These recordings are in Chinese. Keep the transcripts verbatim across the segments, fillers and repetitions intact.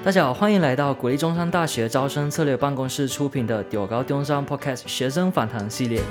大家好，欢迎来到国立中山大学招生策略办公室出品的丢高中山 Podcast 学生访谈系列。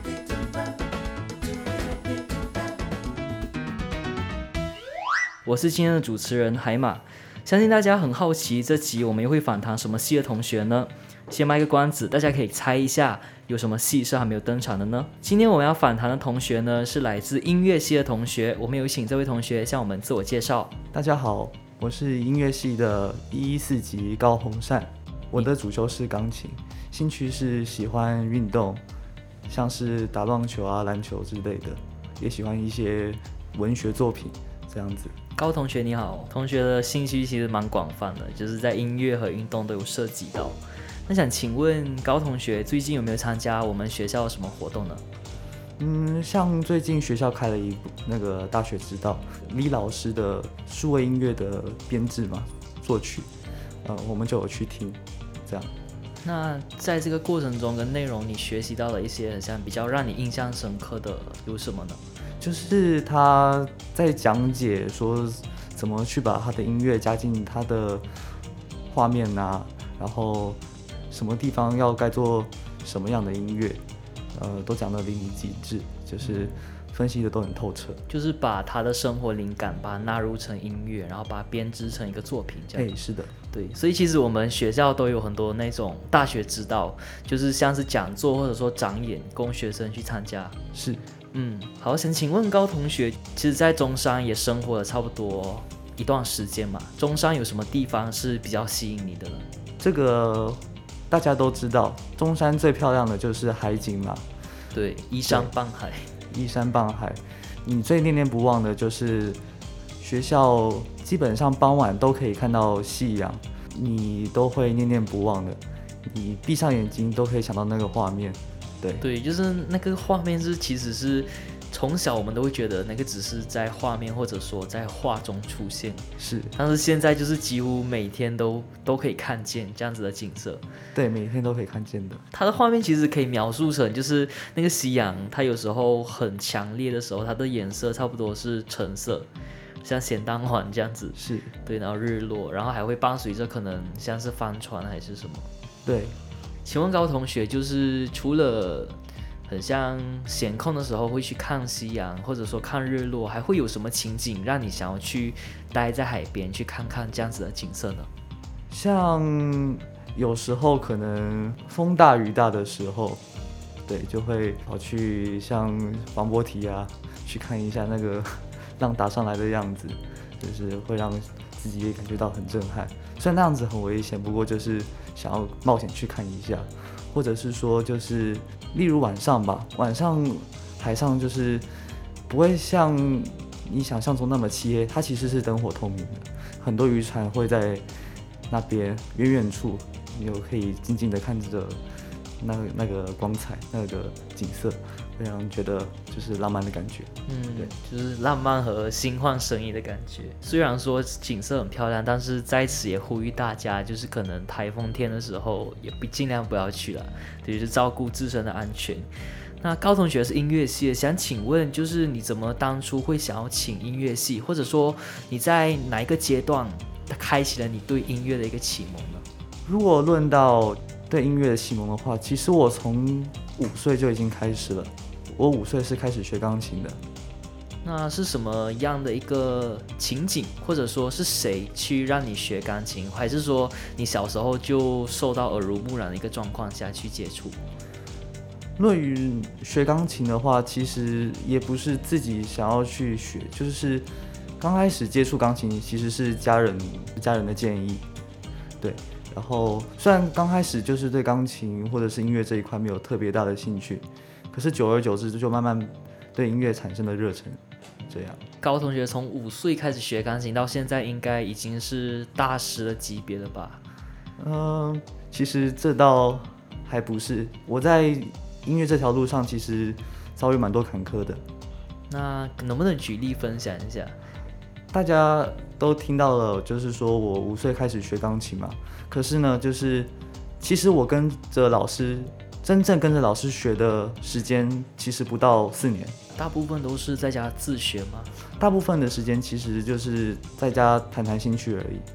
我是今天的主持人海马，相信大家很好奇这集我们又会访谈什么系的同学呢？先卖个关子，大家可以猜一下有什么系是还没有登场的呢？今天我们要访谈的同学呢是来自音乐系的同学，我们有请这位同学向我们自我介绍。 大家好，我是音乐系的一一四级高洪善，我的主修是钢琴，兴趣是喜欢运动，像是打棒球啊、篮球之类的，也喜欢一些文学作品这样子。 高同学你好，同学的兴趣其实蛮广泛的，就是在音乐和运动都有涉及到。那想请问高同学最近有没有参加我们学校什么活动呢？ 嗯，像最近学校开了一部那个大学之道李老师的数位音乐的编制嘛，作曲，呃，我们就有去听，这样。 那在这个过程中跟内容，你学习到了一些很像比较让你印象深刻的有什么呢？ 就是他在讲解说怎么去把他的音乐加进他的画面啊，然后什么地方要该做什么样的音乐，呃，都讲得淋漓尽致，就是分析的都很透彻。 就是把他的生活灵感把它纳入成音乐，然后把它编织成一个作品这样。 哎，是的。 对，所以其实我们学校都有很多那种大学指导，就是像是讲座或者说展演供学生去参加。 是。 嗯，好，想请问高同学，其实在中山也生活了差不多一段时间嘛，中山有什么地方是比较吸引你的呢？ 这个大家都知道，中山最漂亮的就是海景嘛。 对，依山傍海。 依山傍海，你最念念不忘的就是学校基本上傍晚都可以看到夕阳，你都会念念不忘的，你闭上眼睛都可以想到那个画面。对对，就是那个画面是其实是从小我们都会觉得那个只是在画面或者说在画中出现， 是， 但是现在就是几乎每天都都可以看见这样子的景色。 对，每天都可以看见的。 它的画面其实可以描述成就是那个夕阳，它有时候很强烈的时候，它的颜色差不多是橙色，像咸蛋黄这样子。 是， 对，然后日落，然后还会伴随着可能像是帆船还是什么。 对。 请问高同学，就是除了很像闲空的时候会去看夕阳，或者说看日落，还会有什么情景让你想要去待在海边去看看这样子的景色呢？ 像有时候可能风大雨大的时候，对，就会跑去像防波堤啊，去看一下那个浪打上来的样子，就是会让自己也感觉到很震撼。虽然那样子很危险，不过就是想要冒险去看一下，或者是说就是例如晚上吧，晚上海上就是不会像你想象中那么漆黑，它其实是灯火通明的，很多渔船会在那边远远处，你就可以静静的看着那个那个光彩，那个景色，会让人觉得就是浪漫的感觉。 嗯，对，就是浪漫和心旷神怡的感觉。虽然说景色很漂亮，但是在此也呼吁大家，就是可能台风天的时候也不尽量不要去了，就是照顾自身的安全。那高同学是音乐系的，想请问就是你怎么当初会想要请音乐系，或者说你在哪一个阶段开启了你对音乐的一个启蒙呢？ 如果论到对音乐的启蒙的话，其实我从五岁就已经开始了。我五岁是开始学钢琴的。 那是什么样的一个情景，或者说是谁去让你学钢琴，还是说你小时候就受到耳濡目染的一个状况下去接触？ 论于学钢琴的话，其实也不是自己想要去学，就是刚开始接触钢琴其实是家人家人的建议，对。然后虽然刚开始就是对钢琴或者是音乐这一块没有特别大的兴趣，可是久而久之就慢慢对音乐产生了热忱。这样， 高同学从五岁开始学钢琴到现在，应该已经是大师的级别了吧？ 嗯、呃，其实这倒还不是。我在音乐这条路上其实遭遇蛮多坎坷的。 那能不能举例分享一下？ 大家都听到了，就是说我五岁开始学钢琴嘛。可是呢，就是其实我跟着老师，真正跟着老师学的时间其实不到四年。 大部分都是在家自学吗？ 大部分的时间其实就是在家弹弹兴趣而已。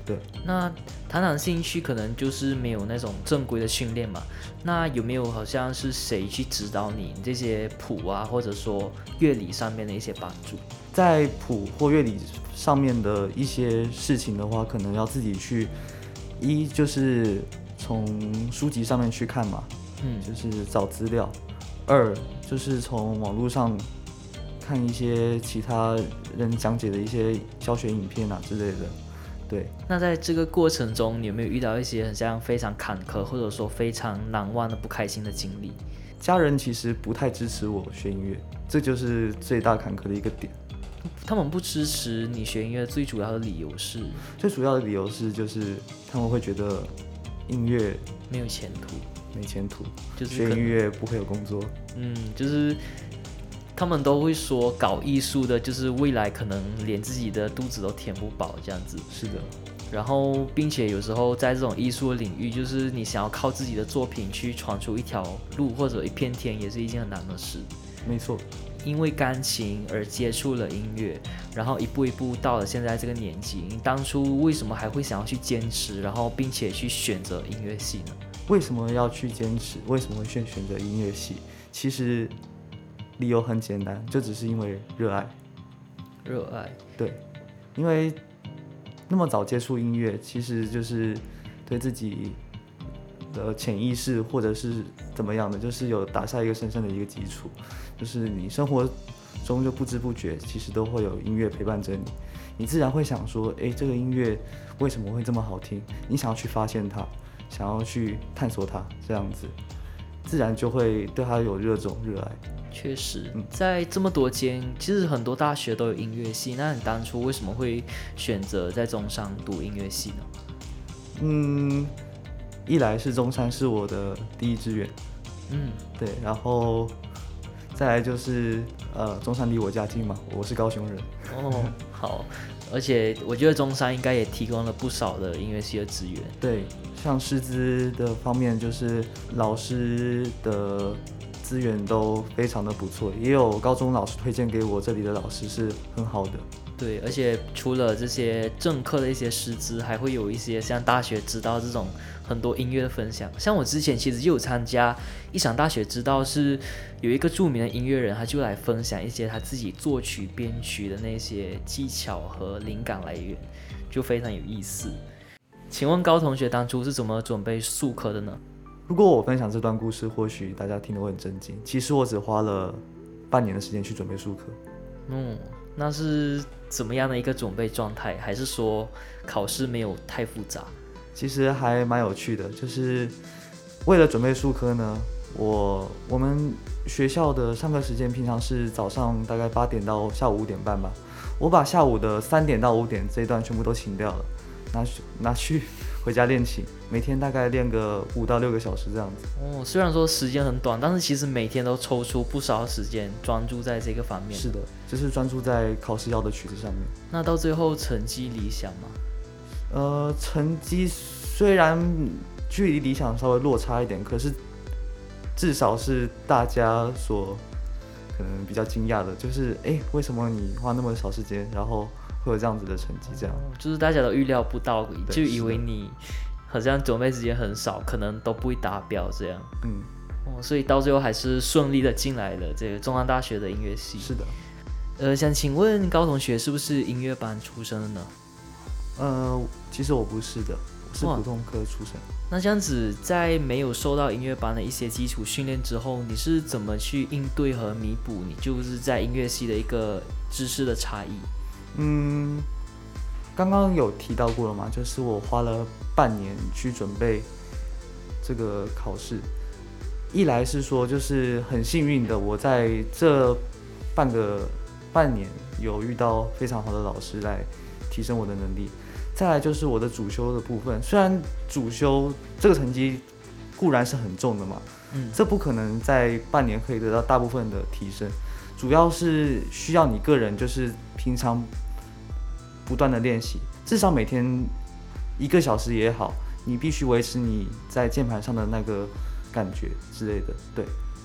对， 那谈谈兴趣，可能就是没有那种正规的训练嘛。那有没有好像是谁去指导你这些谱啊，或者说乐理上面的一些帮助？ 在谱或乐理上面的一些事情的话，可能要自己去，一就是从书籍上面去看嘛，嗯，就是找资料；二就是从网络上看一些其他人讲解的一些教学影片啊之类的。对， 那在这个过程中，你有没有遇到一些很像非常坎坷，或者说非常难忘的不开心的经历？ 家人其实不太支持我学音乐，这就是最大坎坷的一个点。 他们不支持你学音乐，最主要的理由是？ 最主要的理由是，就是他们会觉得音乐没有前途， 没前途， 就是学音乐不会有工作。 嗯，就是他们都会说，搞艺术的，就是未来可能连自己的肚子都填不饱这样子。 是的。 然后，并且有时候在这种艺术的领域，就是你想要靠自己的作品去闯出一条路或者一片天，也是一件很难的事。 没错。 因为钢琴而接触了音乐，然后一步一步到了现在这个年纪，你当初为什么还会想要去坚持，然后并且去选择音乐系呢？ 为什么要去坚持？为什么会选选择音乐系？其实理由很简单，就只是因为热爱。 热爱。对， 因为那么早接触音乐，其实就是对自己的潜意识或者是怎么样的，就是有打下一个深深的一个基础，就是你生活中就不知不觉其实都会有音乐陪伴着你，你自然会想说，哎，这个音乐为什么会这么好听？你想要去发现它，想要去探索它，这样子自然就会对它有热衷热爱。 确实，在这么多间，其实很多大学都有音乐系，那你当初为什么会选择在中山读音乐系呢？ 嗯，一来是中山是我的第一志愿，嗯，对，然后再来就是呃，中山离我家近嘛，我是高雄人。 哦，好，而且我觉得中山应该也提供了不少的音乐系的资源。 对，像师资的方面，就是老师的资源都非常的不错，也有高中老师推荐给我，这里的老师是很好的。 对，而且除了这些正课的一些师资，还会有一些像大学之道这种很多音乐的分享。像我之前其实就有参加一场大学之道，是有一个著名的音乐人，他就来分享一些他自己作曲编曲的那些技巧和灵感来源，就非常有意思。请问高同学当初是怎么准备术科的呢？ 如果我分享这段故事，或许大家听得会很震惊。其实我只花了半年的时间去准备术科。 嗯，那是怎么样的一个准备状态？还是说考试没有太复杂？ 其实还蛮有趣的，就是为了准备术科呢，我我们学校的上课时间平常是早上大概八点到下午五点半吧，我把下午的三点到五点这一段全部都请掉了，拿去拿去回家练琴，每天大概练个五到六个小时这样子。 哦，虽然说时间很短，但是其实每天都抽出不少时间专注在这个方面。 是的，就是专注在考试要的曲子上面。 那到最后成绩理想吗？ 呃，成绩虽然距离理想稍微落差一点，可是至少是大家所可能比较惊讶的，就是哎，为什么你花那么少时间，然后会有这样子的成绩？这样、哦、 就是大家都预料不到，就以为你好像准备时间很少，可能都不会达标这样。嗯，哦，所以到最后还是顺利的进来了这个中山大学的音乐系。 是的。 呃，想请问高同学是不是音乐班出身的呢？ 呃，其实我不是的，我是普通科出身。 那这样子，在没有受到音乐班的一些基础训练之后，你是怎么去应对和弥补你就是在音乐系的一个知识的差异？ 嗯，刚刚有提到过了嘛，就是我花了半年去准备这个考试。一来是说，就是很幸运的，我在这半个半年有遇到非常好的老师来提升我的能力。再来就是我的主修的部分，虽然主修这个成绩固然是很重的嘛，嗯，这不可能在半年可以得到大部分的提升，主要是需要你个人就是平常不断的练习，至少每天一个小时也好，你必须维持你在键盘上的那个感觉之类的，对。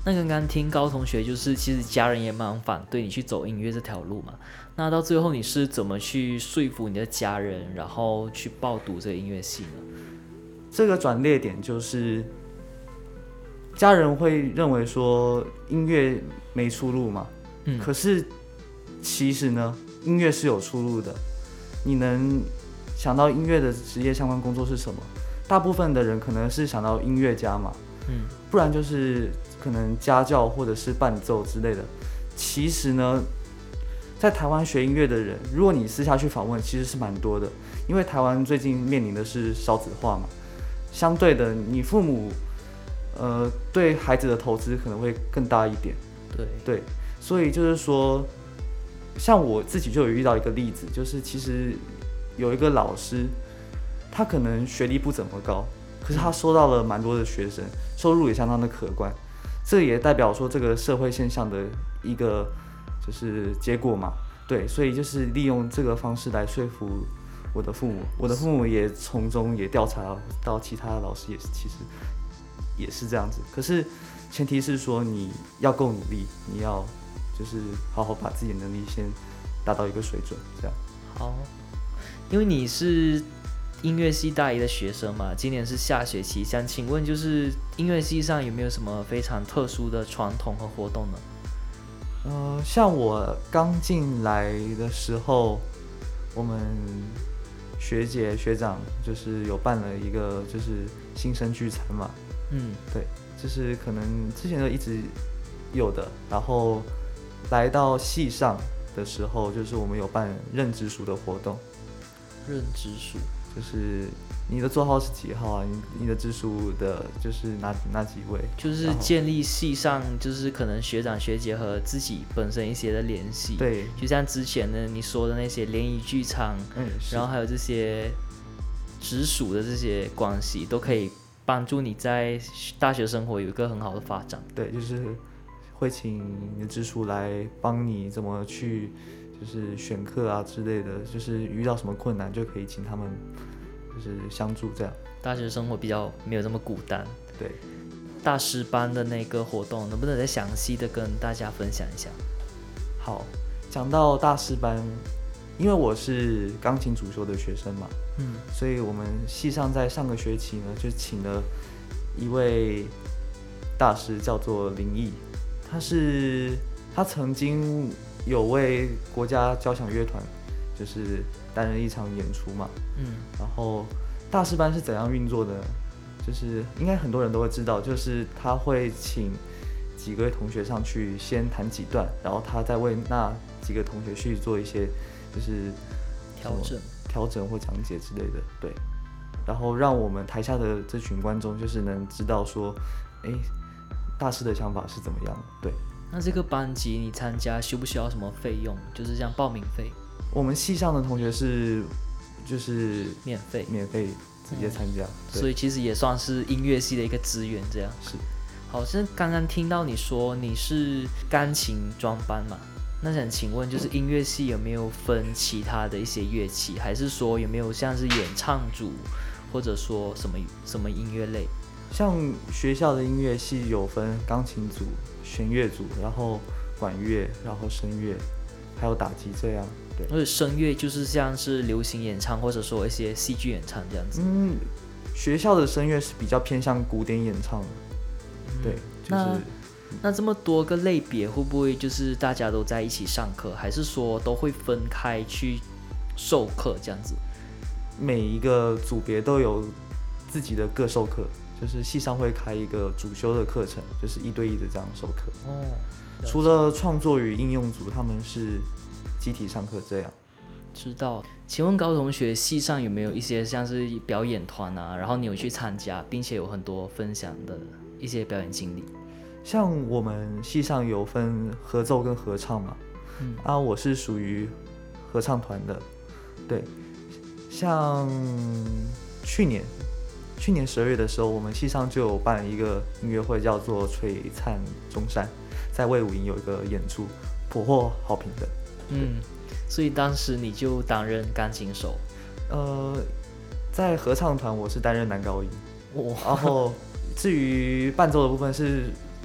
那刚刚听高同学，就是其实家人也蛮反对你去走音乐这条路嘛。那到最后你是怎么去说服你的家人，然后去报读这个音乐系呢？ 这个转捩点就是家人会认为说音乐没出路嘛，嗯，可是其实呢，音乐是有出路的。你能想到音乐的职业相关工作是什么？大部分的人可能是想到音乐家嘛，嗯，不然就是可能家教或者是伴奏之类的。其实呢，在台湾学音乐的人，如果你私下去访问，其实是蛮多的，因为台湾最近面临的是少子化嘛，相对的，你父母呃对孩子的投资可能会更大一点， 对对，所以就是说，像我自己就有遇到一个例子，就是其实有一个老师，他可能学历不怎么高，可是他收到了蛮多的学生，收入也相当的可观，这也代表说这个社会现象的一个就是结果嘛，对，所以就是利用这个方式来说服我的父母，我的父母也从中也调查到其他的老师也是其实也是这样子，可是前提是说你要够努力，你要就是好好把自己的能力先达到一个水准，这样。 好，因为你是音乐系大一的学生嘛，今年是下学期，想请问就是音乐系上有没有什么非常特殊的传统和活动呢？ 呃，像我刚进来的时候，我们学姐学长就是有办了一个就是新生聚餐嘛，嗯，对，就是可能之前就一直有的，然后来到系上的时候，就是我们有办认直属的活动。 认直属就是你的座号是几号啊？你你的直属的就是哪哪几位？ 就是建立系上就是可能学长学姐和自己本身一些的联系。 对， 就像之前的你说的那些联谊剧场，嗯，然后还有这些直属的这些关系，都可以帮助你在大学生活有一个很好的发展。 对，就是会请你的直属来帮你怎么去。就是选课啊之类的，就是遇到什么困难就可以请他们就是相助，这样大学生活比较没有这么孤单。 对， 大师班的那个活动能不能再详细的跟大家分享一下？ 好，讲到大师班，因为我是钢琴主修的学生嘛，嗯，所以我们系上在上个学期呢就请了一位大师，叫做林毅，他是他曾经有为国家交响乐团就是担任一场演出嘛，嗯，然后大师班是怎样运作的？就是应该很多人都会知道，就是他会请几个同学上去先弹几段，然后他再为那几个同学去做一些就是调整、 调整或讲解之类的，对，然后让我们台下的这群观众就是能知道说，哎，大师的想法是怎么样的，对。 那这个班级你参加需不需要什么费用？就是像报名费？ 我们系上的同学是就是免费， 免费直接参加、 嗯，所以其实也算是音乐系的一个资源，这样是。 好，像刚刚听到你说你是钢琴专班嘛，那想请问就是音乐系有没有分其他的一些乐器，还是说有没有像是演唱组，或者说什么什么音乐类？ 像学校的音乐系有分钢琴组、弦乐组，然后管乐，然后声乐，还有打击这样。对， 而且声乐就是像是流行演唱，或者说一些戏剧演唱这样子。 嗯，学校的声乐是比较偏向古典演唱的。嗯、对，就是那那这么多个类别，会不会就是大家都在一起上课，还是说都会分开去授课这样子？ 每一个组别都有自己的各授课。就是系上会开一个主修的课程，就是一对一的这样授课。哦，除了创作与应用组，他们是集体上课这样。 知道。请问高同学，系上有没有一些像是表演团啊？然后你有去参加，并且有很多分享的一些表演经历？ 像我们系上有分合奏跟合唱嘛，嗯，啊，我是属于合唱团的。对，像去年。去年十二月的时候，我们系上就有办一个音乐会，叫做《璀璨中山》，在卫武营有一个演出，颇获好评的。 嗯，所以当时你就担任钢琴手。 呃，在合唱团我是担任男高音， 哦、 然后至于伴奏的部分是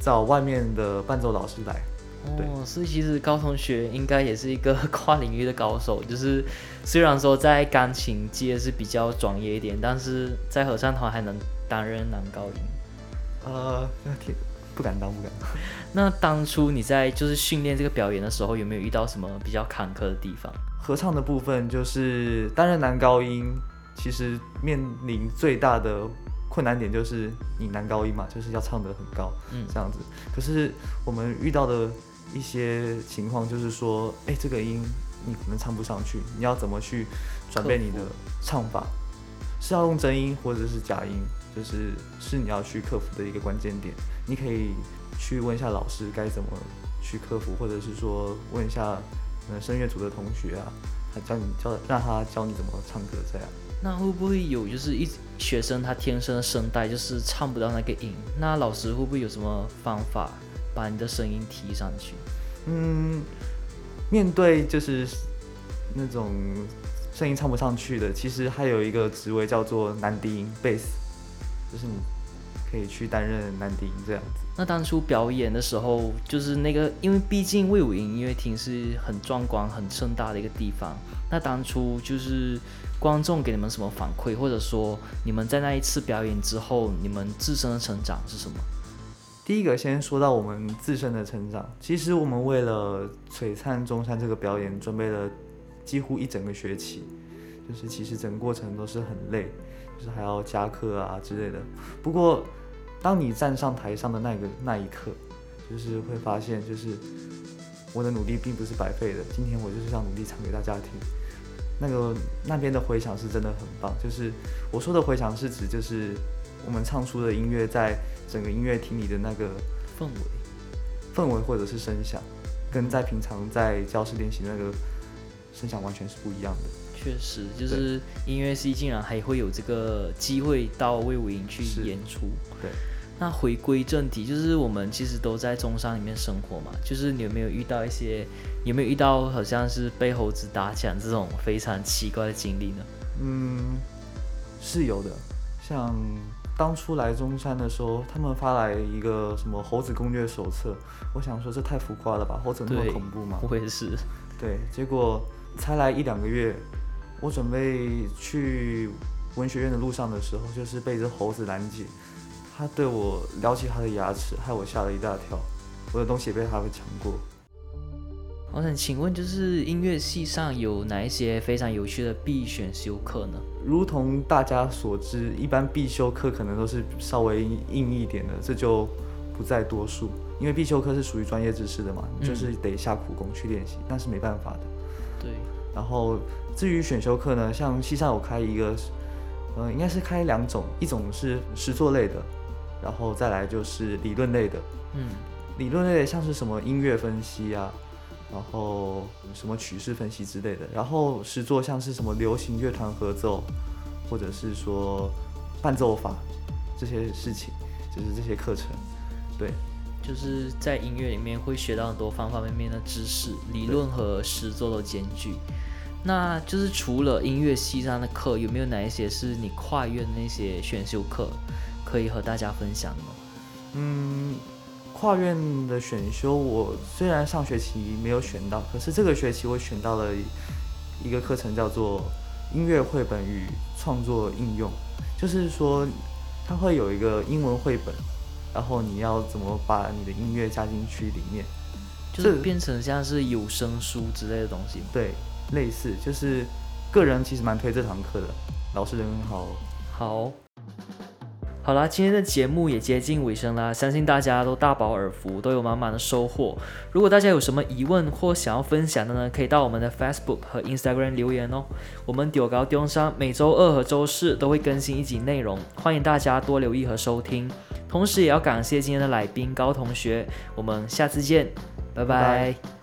找外面的伴奏老师来。 哦，所以其实高同学应该也是一个跨领域的高手，就是虽然说在钢琴界是比较专业一点，但是在合唱团还能担任男高音。 呃，不敢当，不敢当。 那当初你在就是训练这个表演的时候，有没有遇到什么比较坎坷的地方？ 合唱的部分就是担任男高音，其实面临最大的困难点就是你男高音嘛，就是要唱得很高，嗯，这样子。可是我们遇到的一些情况就是说，哎、欸，这个音你可能唱不上去，你要怎么去转变你的唱法？是要用真音或者是假音，就是是你要去克服的一个关键点。你可以去问一下老师该怎么去克服，或者是说问一下呃声乐组的同学啊，他教你教让他教你怎么唱歌这样。 那会不会有就是一学生他天生的声带就是唱不到那个音？那老师会不会有什么方法把你的声音提上去？ 嗯，面对就是那种声音唱不上去的，其实还有一个职位叫做男低音 bass， 就是你可以去担任男低音这样子。 那当初表演的时候，就是那个，因为毕竟卫武营音乐厅是很壮观、很盛大的一个地方。那当初就是观众给你们什么反馈，或者说你们在那一次表演之后，你们自身的成长是什么？ 第一个先说到我们自身的成长，其实我们为了璀璨中山这个表演准备了几乎一整个学期，就是其实整个过程都是很累，就是还要加课啊之类的。不过当你站上台上的那个那一刻，就是会发现，就是我的努力并不是白费的。今天我就是要努力唱给大家听。那个那边的回响是真的很棒，就是我说的回响是指就是我们唱出的音乐在整个音乐厅里的那个氛围、 氛围或者是声响，跟在平常在教室练习那个声响完全是不一样的。 确实，就是音乐系竟然还会有这个机会到卫武营去演出。 对。 那回归正题，就是我们其实都在中山里面生活嘛，就是你有没有遇到一些，有没有遇到好像是被猴子打墙这种非常奇怪的经历呢？ 嗯，是有的。像当初来中山的时候，他们发来一个什么猴子攻略手册，我想说这太浮夸了吧，猴子那么恐怖吗？ 我也是。 对，结果才来一两个月，我准备去文学院的路上的时候，就是被这猴子拦截。他对我撩起他的牙齿，害我吓了一大跳。我的东西也被他给抢过。 我想请问，就是音乐系上有哪一些非常有趣的必选修课呢？ 如同大家所知，一般必修课可能都是稍微硬一点的，这就不再多述。因为必修课是属于专业知识的嘛，嗯、就是得下苦功去练习，那是没办法的。 对。 然后至于选修课呢，像系上有开一个，呃，应该是开两种，一种是实作类的。然后再来就是理论类的，嗯，理论类的像是什么音乐分析啊，然后什么曲式分析之类的。然后实作像是什么流行乐团合奏，或者是说伴奏法这些事情，就是这些课程。对， 就是在音乐里面会学到很多方方面面的知识，理论和实作都兼具。那就是除了音乐系上的课，有没有哪一些是你跨越的那些选修课？可以和大家分享的吗？ 嗯，跨院的选修，我虽然上学期没有选到，可是这个学期我选到了一个课程，叫做音乐绘本与创作应用。就是说，它会有一个英文绘本，然后你要怎么把你的音乐加进去里面， 就是变成像是有声书之类的东西吗？ 对，类似，就是个人其实蛮推这堂课的，老师人很好。 好。好啦，今天的节目也接近尾声啦，相信大家都大饱耳福，都有满满的收获。如果大家有什么疑问或想要分享的呢，可以到我们的 Facebook 和 Instagram 留言哦。我们丢高丢上每周二和周四都会更新一集内容，欢迎大家多留意和收听。同时也要感谢今天的来宾高同学，我们下次见，拜拜。拜拜。